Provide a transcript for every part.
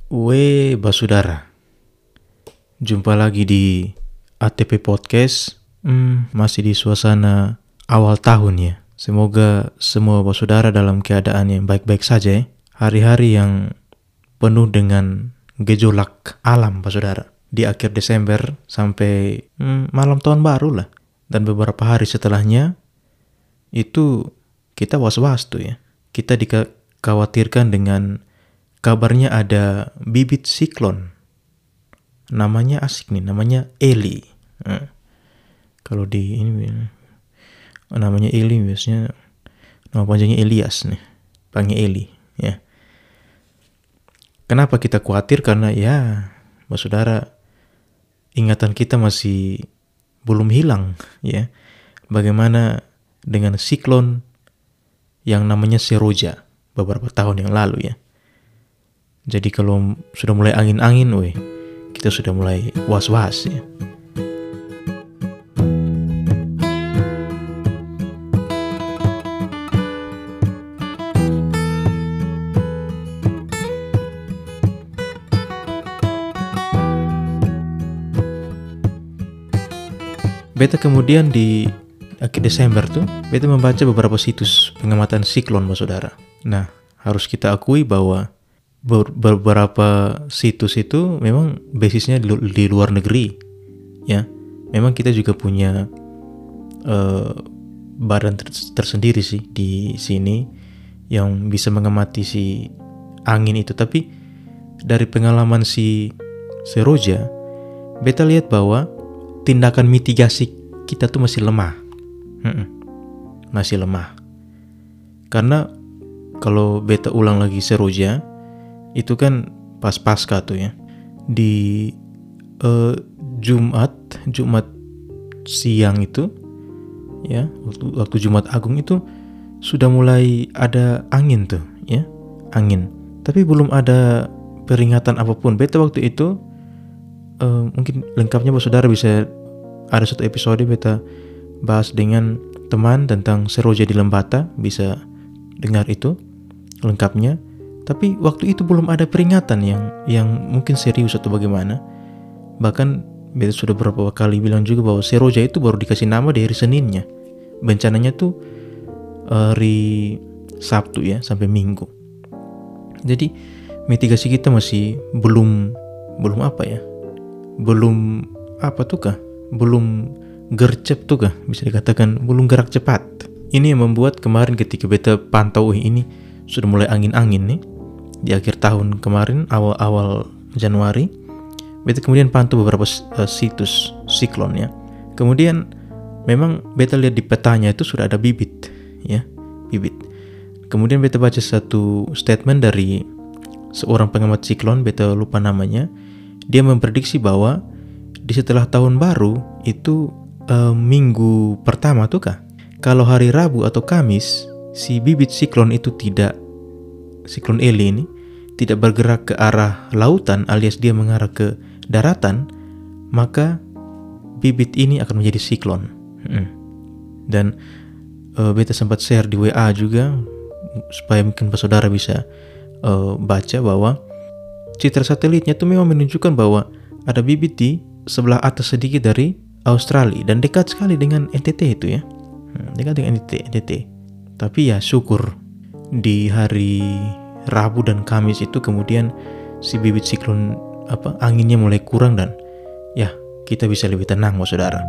Basudara, jumpa lagi di ATP Podcast. Masih di suasana awal tahun ya. Semoga semua basudara dalam keadaan yang baik-baik saja ya. Hari-hari yang penuh dengan gejolak alam basudara. Di akhir Desember sampai malam tahun baru lah. Dan beberapa hari setelahnya itu kita was-was tuh ya. Kita dikhawatirkan dengan kabarnya ada bibit siklon. Namanya asik nih, namanya Eli. Kalau di ini namanya Eli biasanya nama panjangnya Elias nih. Panggil Eli ya. Kenapa kita khawatir? Karena ya, saudara, ingatan kita masih belum hilang ya. Bagaimana dengan siklon yang namanya Seroja beberapa tahun yang lalu ya. Jadi kalau sudah mulai angin-angin, kita sudah mulai was-was ya. Beta kemudian di akhir Desember tuh, beta membaca beberapa situs pengamatan siklon, saudara. Nah, harus kita akui bahwa beberapa situs itu memang basisnya di luar negeri, ya. Memang kita juga punya badan tersendiri sih di sini yang bisa mengamati si angin itu. Tapi dari pengalaman si Seroja, beta lihat bahwa tindakan mitigasi kita tuh masih lemah. Masih lemah. Karena kalau beta ulang lagi Seroja, itu kan pas pasca tuh ya. Di Jumat siang itu ya, waktu Jumat Agung itu sudah mulai ada angin tuh ya, angin. Tapi belum ada peringatan apapun. Beta waktu itu mungkin lengkapnya saudara bisa ada satu episode beta bahas dengan teman tentang Seroja di Lembata, bisa dengar itu lengkapnya. Tapi waktu itu belum ada peringatan yang mungkin serius atau bagaimana. Bahkan beta sudah beberapa kali bilang juga bahwa Seroja itu baru dikasih nama di hari Seninnya. Bencananya tuh hari Sabtu ya sampai Minggu. Jadi mitigasi kita masih belum apa ya? Belum gercep tuh kah, bisa dikatakan belum gerak cepat. Ini yang membuat kemarin ketika beta pantau ini sudah mulai angin-angin nih di akhir tahun kemarin, awal Januari, beta kemudian pantau beberapa situs siklon ya. Kemudian memang beta lihat di petanya itu sudah ada bibit ya, bibit. Kemudian beta baca satu statement dari seorang pengamat siklon, beta lupa namanya. Dia memprediksi bahwa di setelah tahun baru itu minggu pertama tuh kah, kalau hari Rabu atau Kamis si bibit siklon itu siklon Eli ini tidak bergerak ke arah lautan alias dia mengarah ke daratan, maka bibit ini akan menjadi siklon. Dan beta sempat share di WA juga supaya mungkin saudara bisa baca bahwa citra satelitnya itu memang menunjukkan bahwa ada bibit di sebelah atas sedikit dari Australia dan dekat sekali dengan NTT itu ya. Dekat dengan NTT. Tapi ya syukur di hari Rabu dan Kamis itu kemudian si bibit siklon anginnya mulai kurang dan ya kita bisa lebih tenang saudara.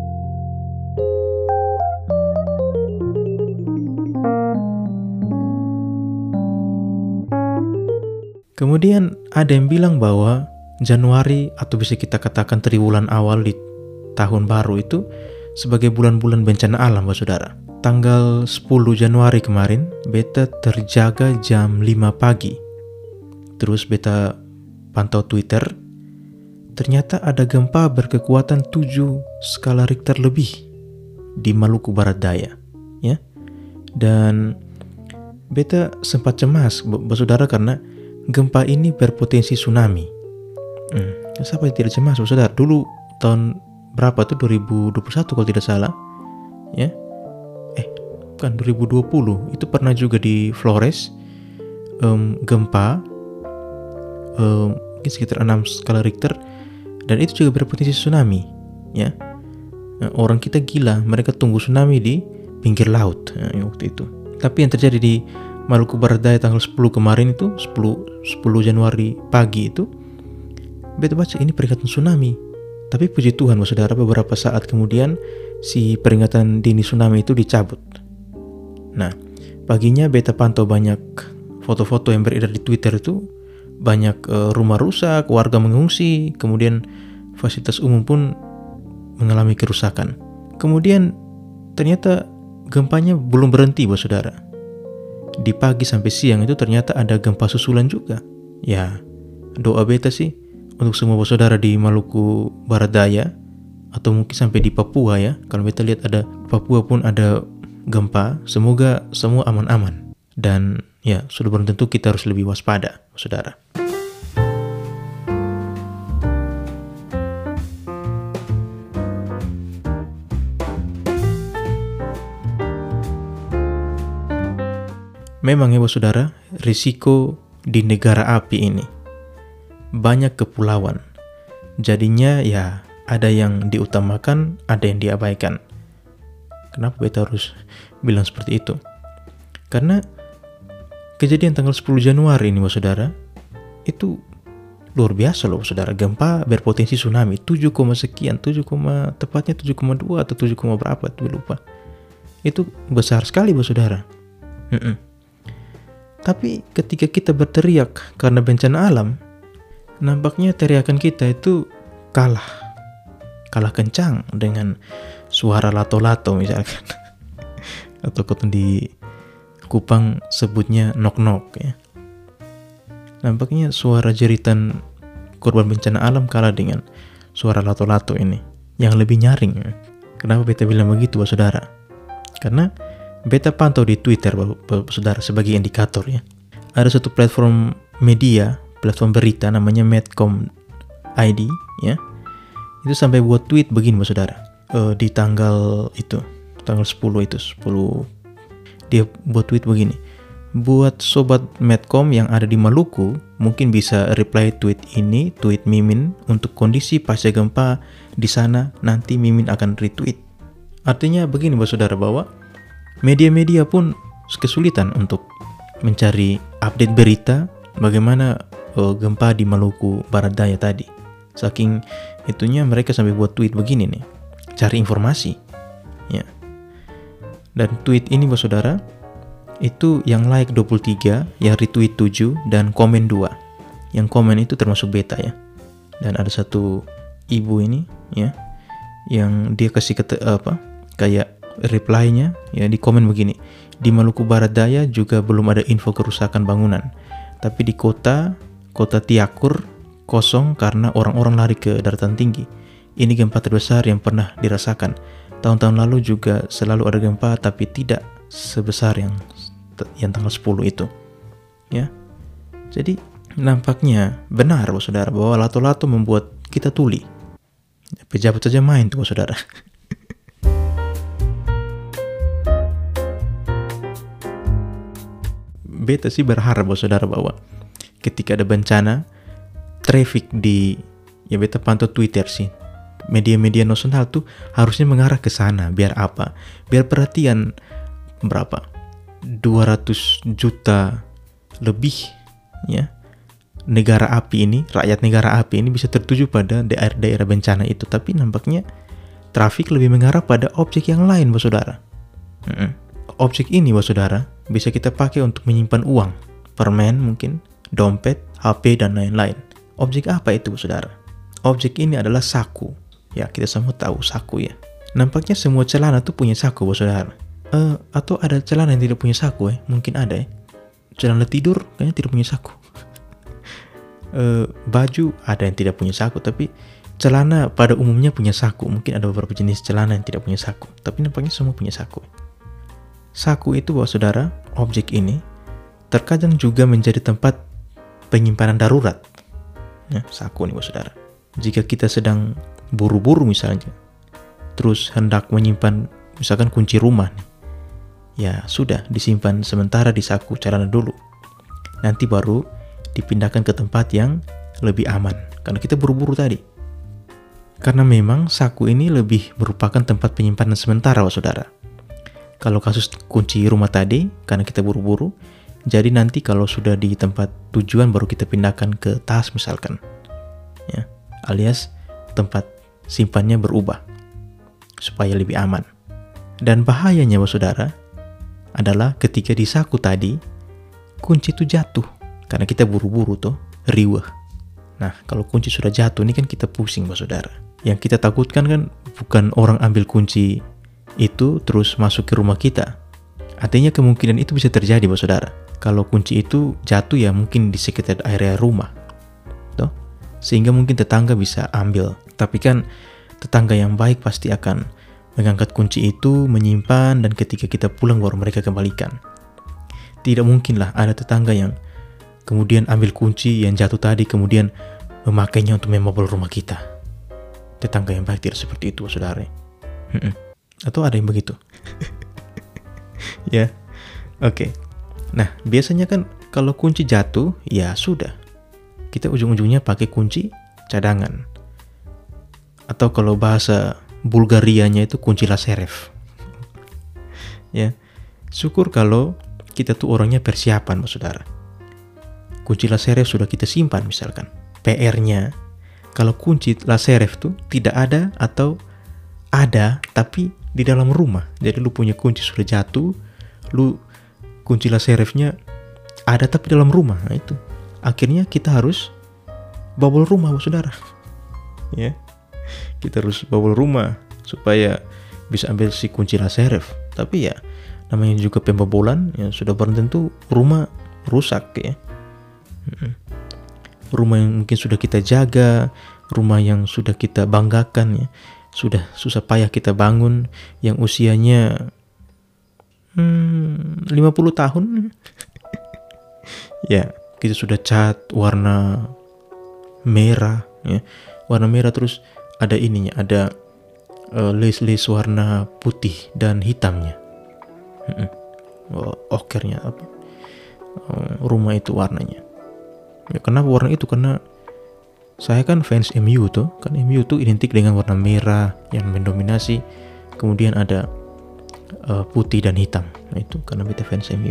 Kemudian ada yang bilang bahwa Januari atau bisa kita katakan triwulan awal di tahun baru itu sebagai bulan-bulan bencana alam saudara. Tanggal 10 Januari kemarin beta terjaga jam 5 pagi. Terus beta pantau Twitter, ternyata ada gempa berkekuatan 7 skala Richter lebih di Maluku Barat Daya ya. Dan beta sempat cemas saudara karena gempa ini berpotensi tsunami. Siapa yang tidak cemas saudara? Dulu tahun berapa tuh, 2021 kalau tidak salah ya, bukan 2020, itu pernah juga di Flores gempa mungkin sekitar 6 skala Richter, dan itu juga berpotensi tsunami ya. Orang kita gila, mereka tunggu tsunami di pinggir laut waktu itu. Tapi yang terjadi di Maluku Barat Daya tanggal 10 kemarin itu, 10 Januari pagi itu, beta baca ini peringatan tsunami. Tapi puji Tuhan saudara, beberapa saat kemudian si peringatan dini tsunami itu dicabut. Nah, paginya beta pantau banyak foto-foto yang beredar di Twitter itu, banyak rumah rusak, warga mengungsi, kemudian fasilitas umum pun mengalami kerusakan. Kemudian ternyata gempanya belum berhenti saudara. Di pagi sampai siang itu ternyata ada gempa susulan juga. Ya, doa beta sih untuk semua saudara di Maluku Barat Daya, atau mungkin sampai di Papua ya. Kalau beta lihat ada Papua pun ada gempa, semoga semua aman-aman. Dan ya, sudah belum tentu kita harus lebih waspada saudara. Memang ya saudara, risiko di negara api ini banyak kepulauan. Jadinya ya ada yang diutamakan, ada yang diabaikan. Kenapa beta harus bilang seperti itu? Karena kejadian tanggal 10 Januari ini saudara, itu luar biasa saudara. Gempa berpotensi tsunami 7, sekian, tepatnya 7,2 atau 7, berapa tuh lupa. Itu besar sekali saudara. Tapi ketika kita berteriak karena bencana alam, nampaknya teriakan kita itu kalah kencang dengan suara lato-lato misalkan. Atau kalau di Kupang sebutnya nok-nok ya. Nampaknya suara jeritan korban bencana alam kalah dengan suara lato-lato ini, yang lebih nyaring. Kenapa beta bilang begitu saudara? Karena beta pantau di Twitter saudara sebagai indikator ya. Ada satu platform media, platform berita namanya Medcom ID ya. Itu sampai buat tweet begini saudara. Di tanggal 10 dia buat tweet begini. Buat sobat Medcom yang ada di Maluku, mungkin bisa reply tweet ini, tweet Mimin untuk kondisi pasca gempa di sana, nanti Mimin akan retweet. Artinya begini saudara, bahwa media-media pun kesulitan untuk mencari update berita bagaimana gempa di Maluku Barat Daya tadi. Saking itunya mereka sampai buat tweet begini nih, cari informasi ya. Dan tweet ini saudara, itu yang like 23, yang retweet 7, dan komen 2. Yang komen itu termasuk beta ya. Dan ada satu ibu ini ya, yang dia kasih kayak reply-nya ya, di komen begini. Di Maluku Barat Daya juga belum ada info kerusakan bangunan, tapi di kota Tiakur kosong karena orang-orang lari ke daratan tinggi. Ini gempa terbesar yang pernah dirasakan. Tahun-tahun lalu juga selalu ada gempa, tapi tidak sebesar yang tanggal 10 itu ya. Jadi nampaknya benar saudara, bahwa lato-lato membuat kita tuli. Pejabat saja main tuh saudara. Beta sih berharap saudara, bahwa ketika ada bencana, traffic di ya beta pantau Twitter sih, media-media nasional tuh harusnya mengarah ke sana. Biar apa? Biar perhatian berapa? 200 juta lebih ya negara api ini, rakyat negara api ini bisa tertuju pada daerah-daerah bencana itu. Tapi nampaknya traffic lebih mengarah pada objek yang lain saudara. Objek ini saudara bisa kita pakai untuk menyimpan uang, permen mungkin, dompet, HP, dan lain-lain. Objek apa itu saudara? Objek ini adalah saku. Ya, kita semua tahu saku ya. Nampaknya semua celana tuh punya saku saudara. Atau ada celana yang tidak punya saku ya? Mungkin ada ya. Celana tidur kayaknya tidak punya saku. Baju ada yang tidak punya saku, tapi celana pada umumnya punya saku. Mungkin ada beberapa jenis celana yang tidak punya saku, tapi nampaknya semua punya saku. Saku itu saudara, objek ini terkadang juga menjadi tempat penyimpanan darurat ya, saku nih saudara. Jika kita sedang buru-buru misalnya, terus hendak menyimpan misalkan kunci rumah nih, ya sudah disimpan sementara di saku celana dulu. Nanti baru dipindahkan ke tempat yang lebih aman. Karena kita buru-buru tadi. Karena memang saku ini lebih merupakan tempat penyimpanan sementara, saudara. Kalau kasus kunci rumah tadi, karena kita buru-buru, jadi nanti kalau sudah di tempat tujuan baru kita pindahkan ke tas misalkan. Ya, alias tempat simpannya berubah supaya lebih aman. Dan bahayanya, saudara, adalah ketika di saku tadi kunci itu jatuh karena kita buru-buru tuh, riweh. Nah, kalau kunci sudah jatuh ini kan kita pusing, saudara. Yang kita takutkan kan bukan orang ambil kunci itu terus masuk ke rumah kita. Artinya kemungkinan itu bisa terjadi, saudara. Kalau kunci itu jatuh ya mungkin di sekitar area rumah. Tuh. Sehingga mungkin tetangga bisa ambil. Tapi kan tetangga yang baik pasti akan mengangkat kunci itu, menyimpan, dan ketika kita pulang baru mereka kembalikan. Tidak mungkinlah ada tetangga yang kemudian ambil kunci yang jatuh tadi, kemudian memakainya untuk membobol rumah kita. Tetangga yang baik tidak seperti itu, saudara. Atau ada yang begitu? Ya, oke. Nah, biasanya kan kalau kunci jatuh, ya sudah. Kita ujung-ujungnya pakai kunci cadangan. Atau kalau bahasa Bulgarianya itu kunci laseref. Ya, syukur kalau kita tuh orangnya persiapan, saudara. Kunci laseref sudah kita simpan misalkan. PR-nya, kalau kunci laseref tuh tidak ada atau ada tapi di dalam rumah. Jadi lu punya kunci sudah jatuh, lu kunci laserefnya ada tapi dalam rumah. Nah itu. Akhirnya kita harus bobol rumah, saudara. Ya. Kita harus bobol rumah supaya bisa ambil si kunci laseref. Tapi ya namanya juga pembobolan, ya sudah barang tentu rumah rusak ya. Rumah yang mungkin sudah kita jaga, rumah yang sudah kita banggakan ya, sudah susah payah kita bangun, yang usianya 50 tahun. Ya, kita sudah cat warna merah ya. Warna merah terus ada ininya, ada lace warna putih dan hitamnya. Okernya apa? Rumah itu warnanya. Ya, kenapa warna itu? Karena saya kan fans MU tuh. Kan MU tuh identik dengan warna merah yang mendominasi. Kemudian ada putih dan hitam. Nah itu karena kita fans MU.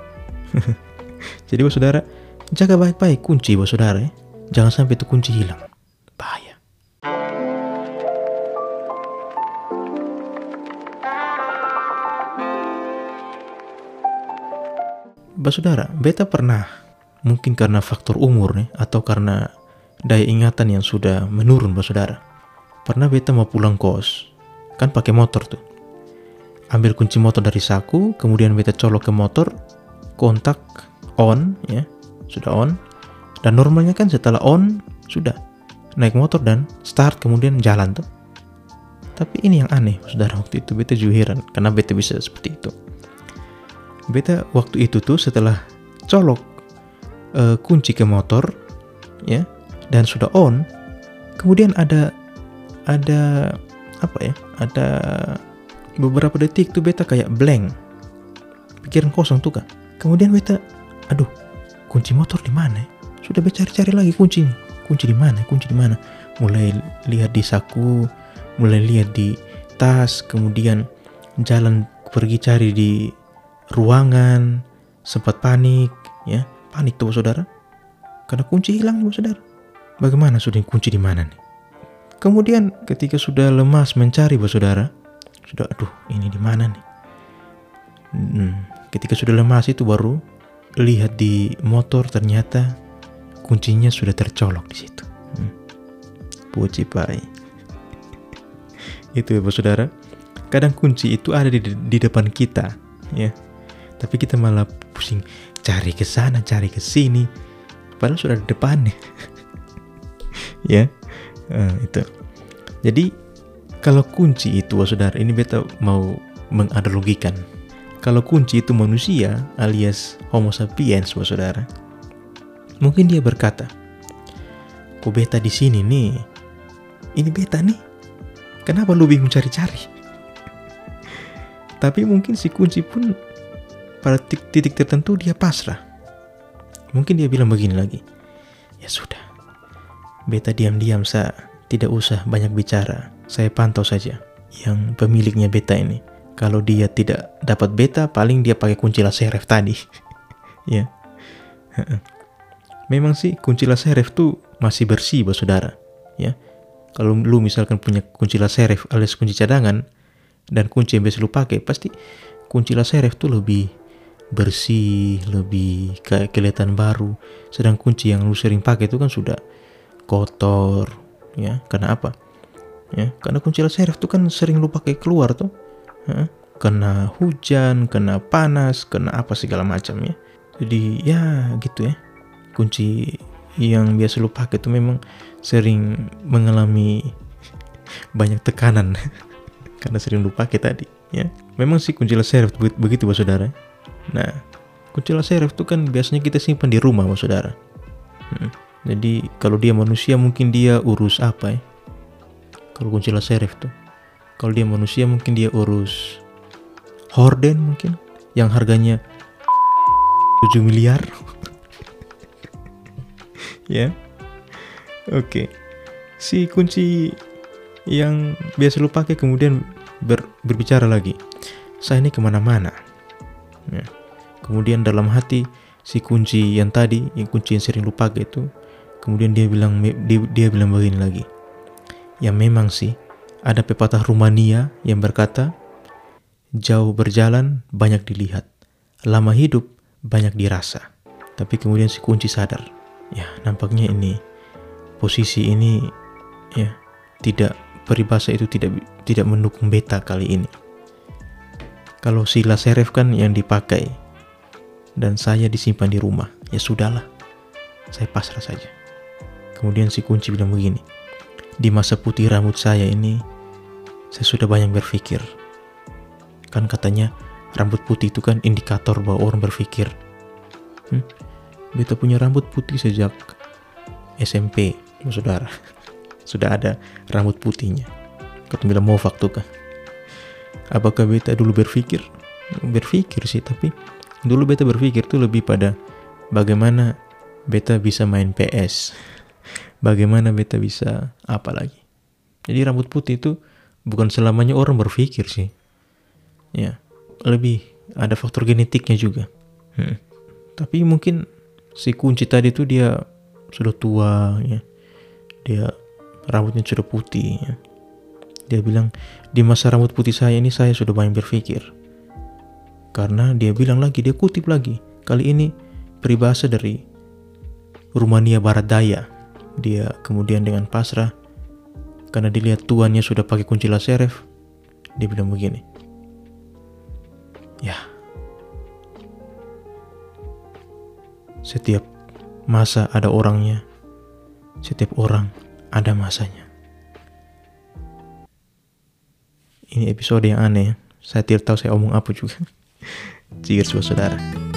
Jadi saudara, jaga baik-baik kunci saudara ya. Jangan sampai itu kunci hilang. Bahaya. Saudara, beta pernah, mungkin karena faktor umur nih, atau karena daya ingatan yang sudah menurun, saudara. Pernah beta mau pulang kos, kan pakai motor tuh. Ambil kunci motor dari saku, kemudian beta colok ke motor, kontak on, ya, sudah on. Dan normalnya kan setelah on, sudah naik motor dan start, kemudian jalan tuh. Tapi ini yang aneh, saudara, waktu itu beta juga heran, karena beta bisa seperti itu. Beta waktu itu tuh setelah colok kunci ke motor ya dan sudah on, kemudian ada apa ya, ada beberapa detik tuh beta kayak blank, pikiran kosong tuh kan. Kemudian beta, aduh, kunci motor di mana? Sudah beta cari-cari lagi kunci di mana? Mulai lihat di saku, mulai lihat di tas, kemudian jalan pergi cari di ruangan, sempat panik ya. Panik tuh saudara, karena kunci hilang nih saudara. Bagaimana sudah kunci di mana nih? Kemudian ketika sudah lemas mencari saudara, sudah aduh ini di mana nih? Ketika sudah lemas itu baru lihat di motor, ternyata kuncinya sudah tercolok di situ. Puji pai. Itu ya saudara. Kadang kunci itu ada di depan kita ya. Tapi kita malah pusing cari ke sana, cari ke sini, padahal sudah di depan nih. Ya, itu. Jadi kalau kunci itu, saudara, ini beta mau menganalogikan. Kalau kunci itu manusia, alias Homo sapiens, saudara, mungkin dia berkata, "Kok beta di sini nih? Ini beta nih. Kenapa lu bingung cari-cari?" Tapi mungkin si kunci pun pada titik tertentu dia pasrah. Mungkin dia bilang begini lagi, ya sudah, beta diam-diam tidak usah banyak bicara. Saya pantau saja yang pemiliknya beta ini. Kalau dia tidak dapat beta, paling dia pakai kunci laseref tadi. Ya, memang sih kunci laseref tuh masih bersih, saudara. Ya, kalau lu misalkan punya kunci laseref alias kunci cadangan dan kunci yang biasa lu pakai, pasti kunci laseref tuh lebih bersih, lebih kayak kelihatan baru. Sedang kunci yang lu sering pakai itu kan sudah kotor, ya. Karena apa? Ya, karena kunci laseref itu kan sering lu pakai keluar tuh, kena hujan, kena panas, kena apa segala macam ya. Jadi ya gitu ya, kunci yang biasa lu pakai itu memang sering mengalami banyak tekanan karena sering lu pakai tadi ya. Memang sih kunci laseref begitu saudara. Nah, kunci laseref itu kan biasanya kita simpan di rumah saudara. Jadi kalau dia manusia mungkin dia urus apa ya? Kalau kunci laseref tuh, kalau dia manusia mungkin dia urus horden mungkin, yang harganya 7 miliar. Ya, oke. Si kunci yang biasa lu pakai kemudian berbicara lagi, saya ini kemana-mana. Ya. Kemudian dalam hati si kunci yang tadi, yang kunci yang sering lu pakai itu, kemudian dia bilang begini lagi. Ya memang sih, ada pepatah Rumania yang berkata, jauh berjalan banyak dilihat, lama hidup banyak dirasa. Tapi kemudian si kunci sadar, ya nampaknya ini posisi ini ya tidak, peribahasa itu tidak mendukung beta kali ini. Kalau si laseref kan yang dipakai dan saya disimpan di rumah, ya sudahlah, saya pasrah saja. Kemudian si kunci bilang begini, di masa putih rambut saya ini, saya sudah banyak berpikir. Kan katanya rambut putih itu kan indikator bahwa orang berpikir. Beta punya rambut putih sejak SMP, saudara. Sudah ada rambut putihnya. Kata bilang mau faktu kah? Apakah beta dulu berpikir? Berpikir sih, tapi dulu beta berpikir tuh lebih pada bagaimana beta bisa main PS. Bagaimana beta bisa apa lagi. Jadi rambut putih itu bukan selamanya orang berpikir sih. Ya, lebih ada faktor genetiknya juga. Tapi mungkin si kunci tadi itu dia sudah tua ya. Dia rambutnya sudah putih ya. Dia bilang, di masa rambut putih saya ini saya sudah banyak berpikir. Karena dia bilang lagi, dia kutip lagi. Kali ini peribahasa dari Rumania Barat Daya. Dia kemudian dengan pasrah, karena dilihat tuannya sudah pakai kunci laseref, dia bilang begini, ya, setiap masa ada orangnya, setiap orang ada masanya. Ini episode yang aneh, saya tidak tahu saya omong apa juga. Cheers buat saudara.